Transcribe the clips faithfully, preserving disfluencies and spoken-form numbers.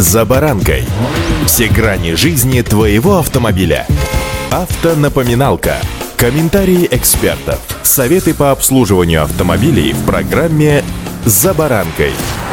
«За баранкой». Все грани жизни твоего автомобиля. Автонапоминалка. Комментарии экспертов. Советы по обслуживанию автомобилей в программе «За баранкой».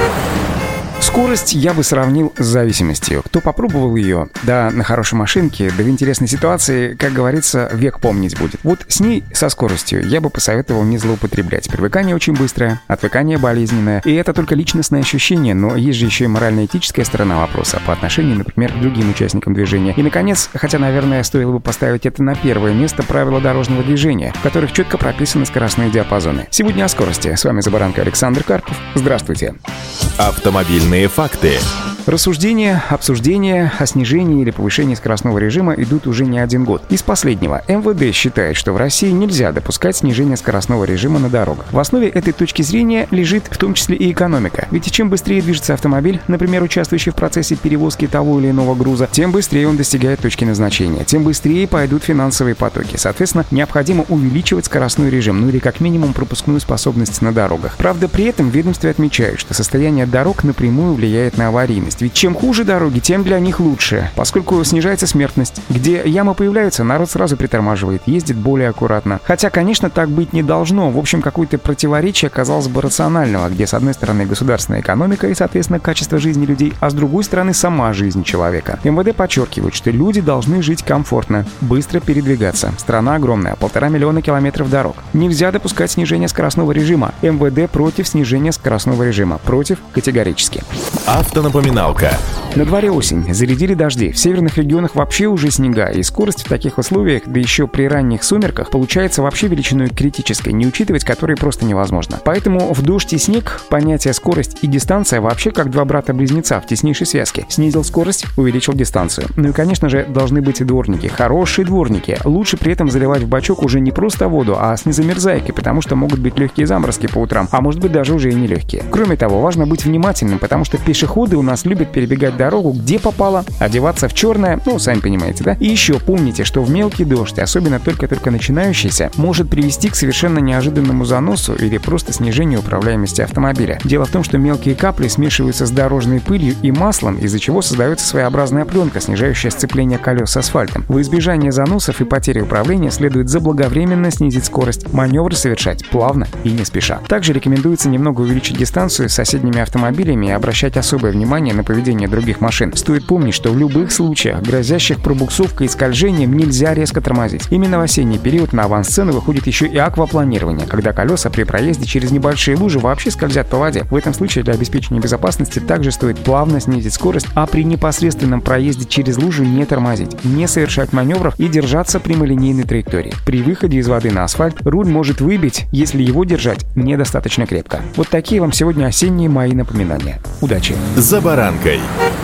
Скорость я бы сравнил с зависимостью. Кто попробовал ее, да на хорошей машинке, да в интересной ситуации, как говорится, век помнить будет. Вот с ней, со скоростью, я бы посоветовал не злоупотреблять. Привыкание очень быстрое, отвыкание болезненное. И это только личностное ощущение, но есть же еще и морально-этическая сторона вопроса по отношению, например, к другим участникам движения. И, наконец, хотя, наверное, стоило бы поставить это на первое место, правила дорожного движения, в которых четко прописаны скоростные диапазоны. Сегодня о скорости. С вами «За баранкой» Александр Карпов. Здравствуйте. Автомобильные факты. Рассуждения, обсуждения о снижении или повышении скоростного режима идут уже не один год. Из последнего, эм вэ дэ считает, что в России нельзя допускать снижение скоростного режима на дорогах. В основе этой точки зрения лежит в том числе и экономика. Ведь чем быстрее движется автомобиль, например, участвующий в процессе перевозки того или иного груза, тем быстрее он достигает точки назначения, тем быстрее пойдут финансовые потоки. Соответственно, необходимо увеличивать скоростной режим, ну или как минимум пропускную способность на дорогах. Правда, при этом в ведомстве отмечают, что состояние дорог напрямую влияет на аварийность. Ведь чем хуже дороги, тем для них лучше, поскольку снижается смертность. Где ямы появляются, народ сразу притормаживает, ездит более аккуратно. Хотя, конечно, так быть не должно. В общем, какое-то противоречие, казалось бы, рационального, где с одной стороны государственная экономика и, соответственно, качество жизни людей, а с другой стороны сама жизнь человека. эм вэ дэ подчеркивает, что люди должны жить комфортно, быстро передвигаться. Страна огромная, полтора миллиона километров дорог. Нельзя допускать снижение скоростного режима. эм вэ дэ против снижения скоростного режима. Против категорически. Автонапоминалка. На дворе осень, зарядили дожди. В северных регионах вообще уже снега, и скорость в таких условиях, да еще при ранних сумерках, получается вообще величиной критической, не учитывать которой просто невозможно. Поэтому в дождь и снег понятие скорость и дистанция вообще как два брата-близнеца в теснейшей связке. Снизил скорость, увеличил дистанцию. Ну и, конечно же, должны быть и дворники, хорошие дворники. Лучше при этом заливать в бачок уже не просто воду, а с незамерзайкой, потому что могут быть легкие заморозки по утрам, а может быть даже уже и не легкие. Кроме того, важно быть внимательным, потому что пешеходы у нас любят перебегать дорогу где попало, одеваться в черное, ну, сами понимаете, да? И еще помните, что в мелкий дождь, особенно только-только начинающийся, может привести к совершенно неожиданному заносу или просто снижению управляемости автомобиля. Дело в том, что мелкие капли смешиваются с дорожной пылью и маслом, из-за чего создается своеобразная пленка, снижающая сцепление колес с асфальтом. В избежание заносов и потери управления следует заблаговременно снизить скорость, маневры совершать плавно и не спеша. Также рекомендуется немного увеличить дистанцию с соседними автомобилями и обращать особое внимание на поведение других машин. Стоит помнить, что в любых случаях, грозящих пробуксовкой и скольжением, нельзя резко тормозить. Именно в осенний период на авансцену выходит еще и аквапланирование, когда колеса при проезде через небольшие лужи вообще скользят по воде. В этом случае для обеспечения безопасности также стоит плавно снизить скорость, а при непосредственном проезде через лужу не тормозить, не совершать маневров и держаться прямолинейной траектории. При выходе из воды на асфальт руль может выбить, если его держать недостаточно крепко. Вот такие вам сегодня осенние мои напоминания. Удачи! «За баранкой».